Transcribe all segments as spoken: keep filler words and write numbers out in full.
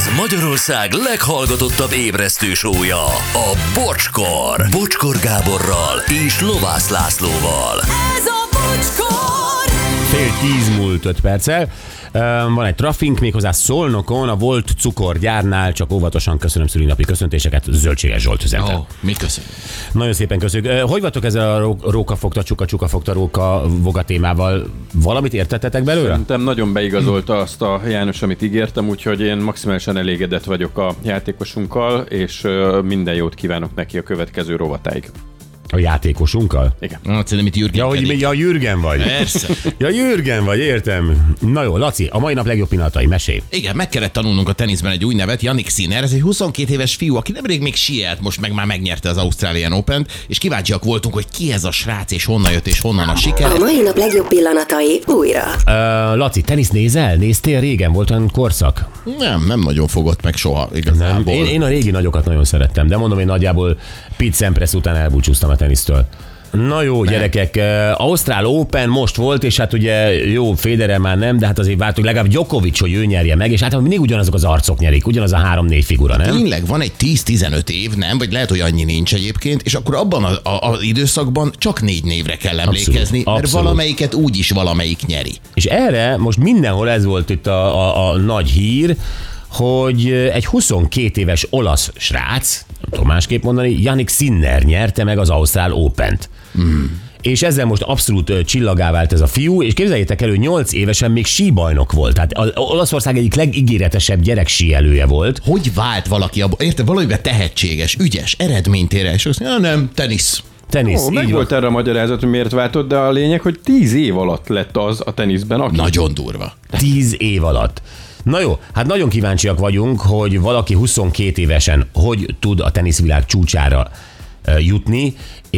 Ez Magyarország leghallgatottabb ébresztő show-ja, a Bocskor. Bocskor Gáborral és Lovász Lászlóval. Ez a Bocskor! Fél tíz múlt öt perccel. Van egy trafink, méghozzá Szolnokon, a Volt cukorgyárnál, csak óvatosan köszönöm szülinapi köszöntéseket, Zöldséges Zsolt üzente. Ó, mi köszönjük. Nagyon szépen köszönjük. Hogy vagytok ezzel a róka fogta, csuka, csuka fogta, róka voga témával? Valamit értettetek belőle? Szerintem nagyon beigazolta azt a János, amit ígértem, úgyhogy én maximálisan elégedett vagyok a játékosunkkal, és minden jót kívánok neki a következő rovatáig. A játékosunkkal? Igen. Na, szerintem itt Jürgen. Ja, hogy még ja, Jürgen vagy. Persze. Ja, Jürgen vagy, értem. Na jó, Laci, a mai nap legjobb pillanatai, mesélj. Igen, meg kellett tanulnunk a teniszben egy új nevet, Jannik Sinner, ez egy huszonkét éves fiú, aki nemrég még sielt, most meg már megnyerte az Australian Opent, és kíváncsiak voltunk, hogy ki ez a srác, és honnan jött, és honnan a siker. A mai nap legjobb pillanatai újra. Uh, Laci, tenisz nézel? Néztél régen? Volt olyan korszak? Nem, nem nagyon fogott meg soha igazából. Én, én a régi nagyokat nagyon szerettem, de mondom, én nagyjából Pete Sampras után elbúcsúztam a tenisztől. Na jó, nem. Gyerekek, uh, Ausztrál Open most volt, és hát ugye jó, Federer már nem, de hát azért vártuk legalább Djokovic, hogy ő nyerje meg, és hát mindig ugyanazok az arcok nyerik, ugyanaz a három-négy figura, nem? Tényleg van egy tíz-tizenöt év, nem? Vagy lehet, hogy annyi nincs egyébként, és akkor abban az időszakban csak négy névre kell emlékezni, abszolút, mert abszolút. Valamelyiket úgyis valamelyik nyeri. És erre most mindenhol ez volt itt a, a, a nagy hír, hogy egy huszonkét éves olasz srác, nem tudom másképp mondani, Jannik Sinner nyerte meg az Ausztrál Opent. Mm. És ezzel most abszolút csillagá vált ez a fiú, és képzeljétek el, hogy nyolc évesen még síbajnok volt. Tehát az Olaszország egyik legígéretesebb gyerek síelője volt. Hogy vált valaki abba? Érted, valamiben tehetséges, ügyes, eredménytére, és azt mondja, nem, tenisz. Tenisz, Ó, meg volt erre a magyarázat, hogy miért váltott, de a lényeg, hogy tíz év alatt lett az a teniszben, aki... Nagyon durva. Tíz év alatt. Na jó, hát nagyon kíváncsiak vagyunk, hogy valaki huszonkét évesen hogy tud a teniszvilág csúcsára jutni,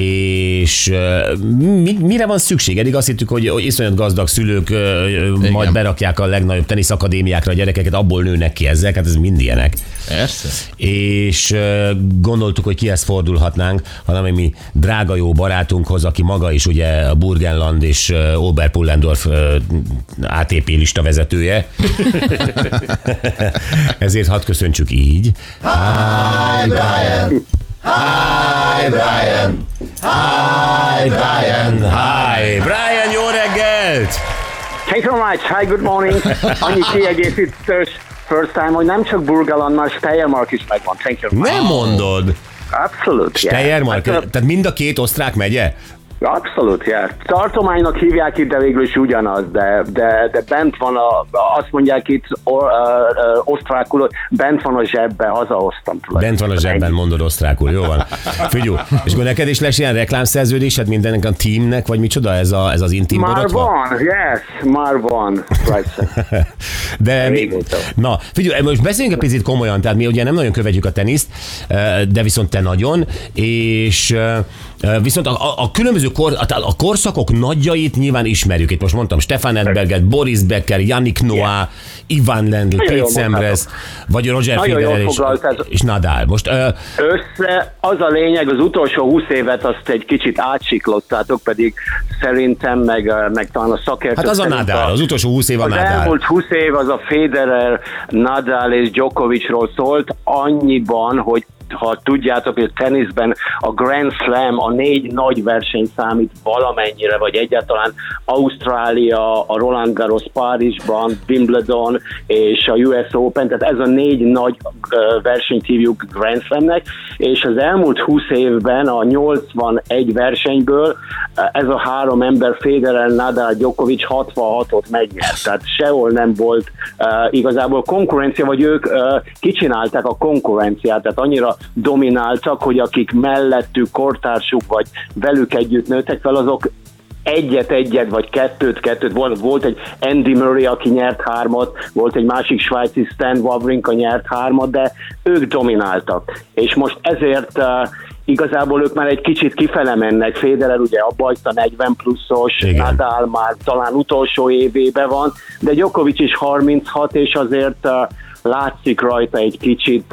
és mi, mire van szükség? Eddig azt hittük, hogy iszonyat gazdag szülők igen. majd berakják a legnagyobb teniszakadémiákra a gyerekeket, abból nőnek ki ezek, hát ez mind ilyenek. Persze. És gondoltuk, hogy kihez fordulhatnánk, hanem mi drága jó barátunkhoz, aki maga is ugye a Burgenland és Oberpullendorf á té pé lista vezetője. Ezért hadd köszöntsük így. Hi, Brian! Hi, Brian! Hi, Brian! Hi, Brian, jó reggelt! Thank you so much. Hi, good morning. Annyi kiegészítős first time, hogy nem csak Burgenlandnál, Steiermark is megvan. Thank you. Nem mondod! Abszolút, yeah. Steiermark, tehát mind a két osztrák megye? Abszolút, yeah. Tartománynak hívják itt, de végül is ugyanaz, de, de, de bent van a, azt mondják itt or, uh, uh, osztrákul, bent van a zsebben, hazahoztam. Bent van a zsebben, mondod osztrákul, jó van. Figyú, és akkor neked is lesz ilyen reklámszerződésed mindennek a teamnek, vagy micsoda ez, a, ez az intim Már borotva? van, yes, már van. De mi, na, figyelj, most beszéljünk egy picit komolyan, tehát mi ugye nem nagyon követjük a teniszt, de viszont te nagyon, és viszont a, a, a különböző kor, a, a korszakok nagyjait nyilván ismerjük. Itt most mondtam Stefan Edberget, Boris Becker, Yannick Noah, yeah. Ivan Lendl, Pete Sampras, vagy Roger Federer és, és Nadal. Most, uh, össze az a lényeg, az utolsó húsz évet azt egy kicsit átsiklottátok, pedig szerintem, meg, meg talán a szakértők. Hát az a Nadal, az utolsó húsz év a az Nadal. Az elmúlt húsz év az a Federer, Nadal és Djokovicról szólt annyiban, hogy ha tudjátok, hogy a teniszben a Grand Slam, a négy nagy verseny számít valamennyire, vagy egyáltalán Ausztrália, a Roland Garros Párizsban, Wimbledon és a u es Open, tehát ez a négy nagy versenyt hívjuk Grand Slamnek, és az elmúlt húsz évben a nyolcvanegy versenyből ez a három ember, Federer, Nadal, Djokovic hatvanhatot megnyert, tehát sehol nem volt uh, igazából konkurencia, vagy ők uh, kicsinálták a konkurenciát, tehát annyira domináltak, hogy akik mellettük kortársuk, vagy velük együtt nőttek fel, azok egyet-egyet, vagy kettőt-kettőt, volt, volt egy Andy Murray, aki nyert hármat, volt egy másik svájci Stan Wawrinka nyert hármat, de ők domináltak. És most ezért uh, igazából ők már egy kicsit kifele mennek. Federer ugye abba hagyta negyven pluszos, igen. Nadal már talán utolsó évében van, de Djokovic is harminchat, és azért uh, látszik rajta egy kicsit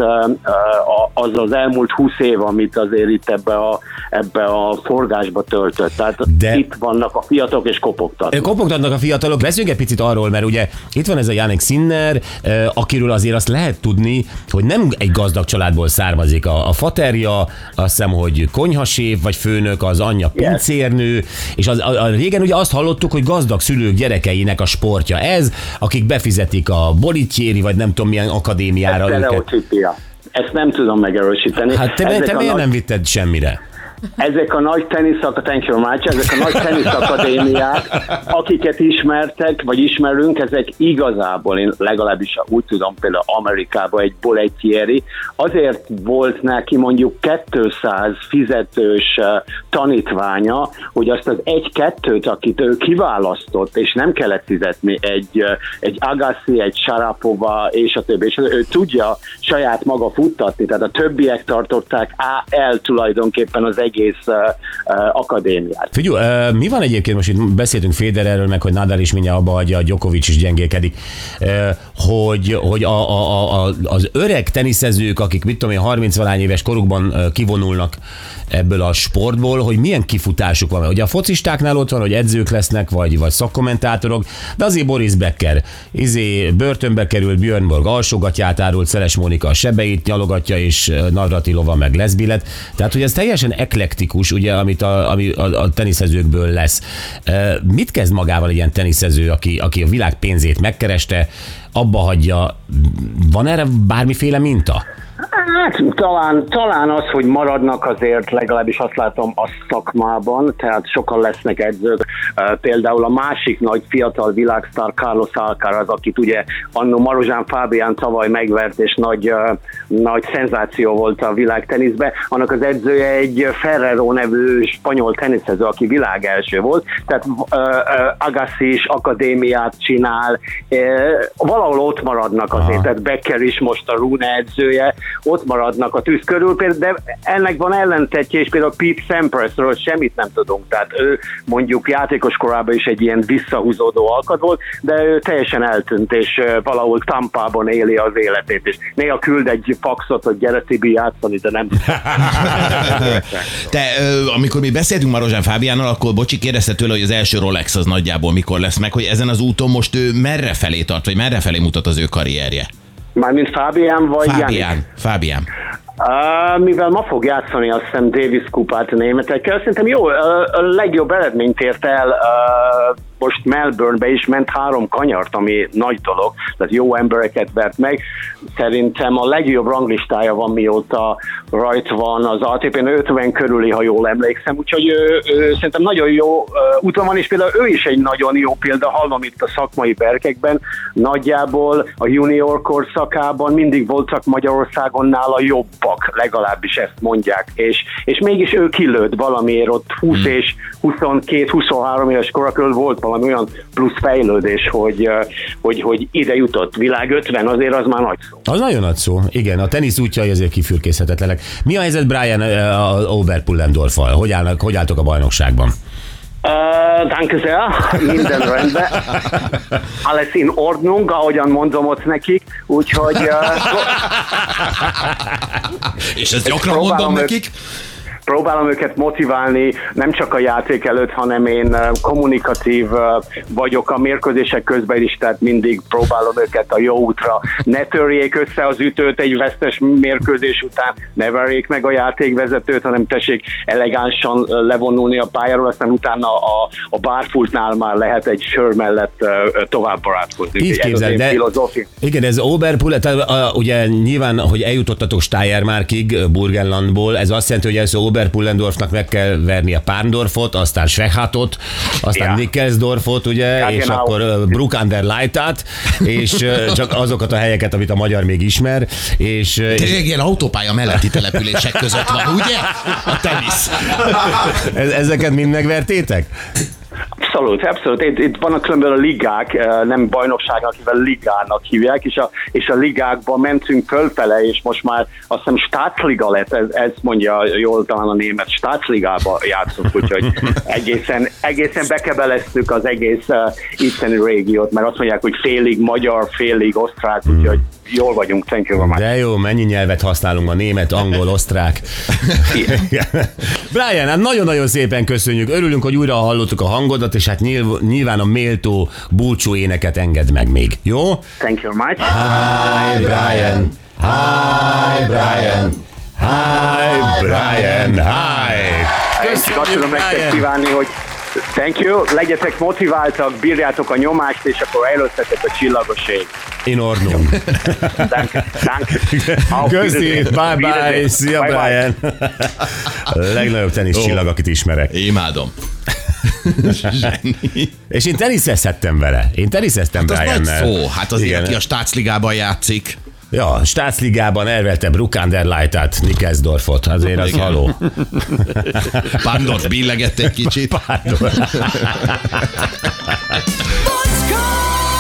az az elmúlt húsz év, amit azért itt ebbe a, ebbe a forgásba töltött. Tehát de itt vannak a fiatalok és kopogtatnak. Kopogtatnak a fiatalok. Beszéljünk egy picit arról, mert ugye itt van ez a Jannik Sinner, akiről azért azt lehet tudni, hogy nem egy gazdag családból származik. A, a faterja, azt hiszem, hogy konyhaséf vagy főnök, az anyja pincérnő, és az, a, a régen ugye azt hallottuk, hogy gazdag szülők gyerekeinek a sportja ez, akik befizetik a bolitjéri, vagy nem tudom milyen akadémiára ez őket. Ezt nem tudom megerősíteni. Hát te, te miért nagy... nem vitted semmire? Ezek a nagy teniszak, thank you much, ezek a nagy teniszakadémiák, akiket ismertek, vagy ismerünk, ezek igazából, én legalábbis úgy tudom, például Amerikában egy boletieri, azért volt neki mondjuk kétszáz fizetős tanítványa, hogy azt az egy-kettőt, akit ő kiválasztott, és nem kellett fizetni, egy, egy Agassi, egy Sharapova, és a többi, és ő tudja saját maga futtatni, tehát a többiek tartották el tulajdonképpen az egész uh, uh, akadémiát. Figyelj, uh, mi van egyébként, most itt beszéltünk Federerről, meg hogy Nadal is mindjárt abba hagyja, a Djokovic is gyengélkedik, uh, hogy, hogy a, a, a, az öreg teniszezők, akik mit tudom én, harminc-valány éves korukban uh, kivonulnak ebből a sportból, hogy milyen kifutásuk van. Ugye a focistáknál ott van, hogy edzők lesznek, vagy, vagy szakkommentátorok, de azért Boris Becker, izé börtönbe került, Björn Borg alsógatját árult, Szeles Mónika a sebeit nyalogatja, és Navratilova meg leszbilet. Tehát, hogy ez teljesen eklektikus, ugye, amit a, ami a, a teniszezőkből lesz. Mit kezd magával egy ilyen teniszező, aki, aki a világ pénzét megkereste, abba hagyja? Van erre bármiféle minta? Hát talán, talán az, hogy maradnak azért, legalábbis azt látom a szakmában, tehát sokan lesznek edzők. Például a másik nagy fiatal világsztár Carlos Alcaraz, akit ugye annó Marozsán Fábián tavaly megvert, és nagy, nagy szenzáció volt a világteniszben. Annak az edzője egy Ferrero nevű spanyol teniszező, aki világ első volt, tehát Agassi is akadémiát csinál, valahol ott maradnak azért, Aha. tehát Becker is most a Rune edzője, ott maradnak a tűz körül, de ennek van ellentetje, és például Pete Samprasról semmit nem tudunk, tehát ő mondjuk játékos korában is egy ilyen visszahúzódó alkat volt, de ő teljesen eltűnt, és valahol Tampában éli az életét, és néha küld egy faxot, hogy gyere Tibi játszani, de nem. Te, amikor mi beszéltünk Marozsán Fábiánnal, akkor Bocsi kérdezte tőle, hogy az első Rolex az nagyjából mikor lesz meg, hogy ezen az úton most ő merre felé tart, vagy merre felé mutat az ő karrierje? Mármint Fábián vagy Fábián, Fábián. Uh, mivel ma fog játszani, azt hiszem Davis kupát a németekkel, szerintem jó, uh, a legjobb eredményt ért el, uh, most Melbournebe is ment három kanyart, ami nagy dolog, tehát jó embereket vert meg. Szerintem a legjobb ranglistája van, mióta rajta van az á té pén ötven körüli, ha jól emlékszem, úgyhogy ő, ő szerintem nagyon jó uh, úton van, és például ő is egy nagyon jó példa, hallom itt a szakmai berkekben, nagyjából a junior korszakában mindig voltak Magyarországon nála jobbak, legalábbis ezt mondják, és, és mégis ő kilőtt valamiért ott húsz hmm. és huszonkét-huszonhárom éves kora körül volt valami olyan plusz fejlődés, hogy, hogy, hogy ide jutott. Világ ötven, azért az már nagy szó. Az nagyon nagy szó, igen. A tenisz útjai azért kifürkészhetetlenek. Mi a helyzet Brian Oberpullendorffal? Hogy, állnak, hogy álltok a bajnokságban? Uh, danke sehr, minden rendben. Alles in Ordnung, ahogyan mondom ott nekik, úgyhogy... Uh, és ezt gyakran mondom nekik? Próbálom őket motiválni, nem csak a játék előtt, hanem én kommunikatív vagyok a mérkőzések közben is, tehát mindig próbálom őket a jó útra. Ne törjék össze az ütőt egy vesztes mérkőzés után, ne verjék meg a játékvezetőt, hanem tessék elegánsan levonulni a pályáról, aztán utána a, a bárpultnál már lehet egy sör mellett tovább barátkozni. Így képzel, de igen, ez Oberpull, ugye nyilván, hogy eljutottatok Steiermarkig, Burgenlandból, ez azt jelenti, hogy ez Oberpullendorfnak meg kell verni a Párndorfot, aztán Schwechatot, aztán ja. Nickelsdorfot, ugye, ja, és genau. Akkor Bruck an der Leitát, és csak azokat a helyeket, amit a magyar még ismer. És, és ilyen autópálya melletti települések között van, ugye? A tenisz. Ezeket mind megvertétek? Abszolút, abszolút. Itt, itt vannak különböző ligák, nem bajnokságnak, akivel ligának hívják, és a, és a ligákban mentünk fölfele, és most már azt hiszem Staatsliga lett, ez, ez mondja jól talán a német, Staatsligába játszunk, úgyhogy egészen, egészen bekebeleztük az egész uh, itteni régiót, mert azt mondják, hogy félig magyar, félig osztrák, úgyhogy jól vagyunk, thank you very much. De jó, mennyi nyelvet használunk ma? Német, angol, osztrák. Brian, hát nagyon-nagyon szépen köszönjük. Örülünk, hogy újra hallottuk a hangodat, és hát nyilván a méltó búcsú éneket engedd meg még. Jó? Thank you very much. Hi, Brian. Hi, Brian. Hi, Brian. Hi. Köszönjük, azt tudom nektek kívánni, hogy thank you, legyetek motiváltak, bírjátok a nyomást, és akkor előttetek a csillagos ég. In Ordnung. Danke, danke. Köszi, bye bye, szia bye Brian. A legnagyobb teniszcsillag, akit ismerek. Imádom. És én teniszezhettem vele. Én teniszeztem Hát az nagy Briannel. szó. Hát azért, Igen. aki a Státsligában játszik. Ja, Staatsligában elverte Bruckanderleitát, Nickelsdorfot, azért az Igen. haló. Pándort billegett egy kicsit. Pardon. Bocskor!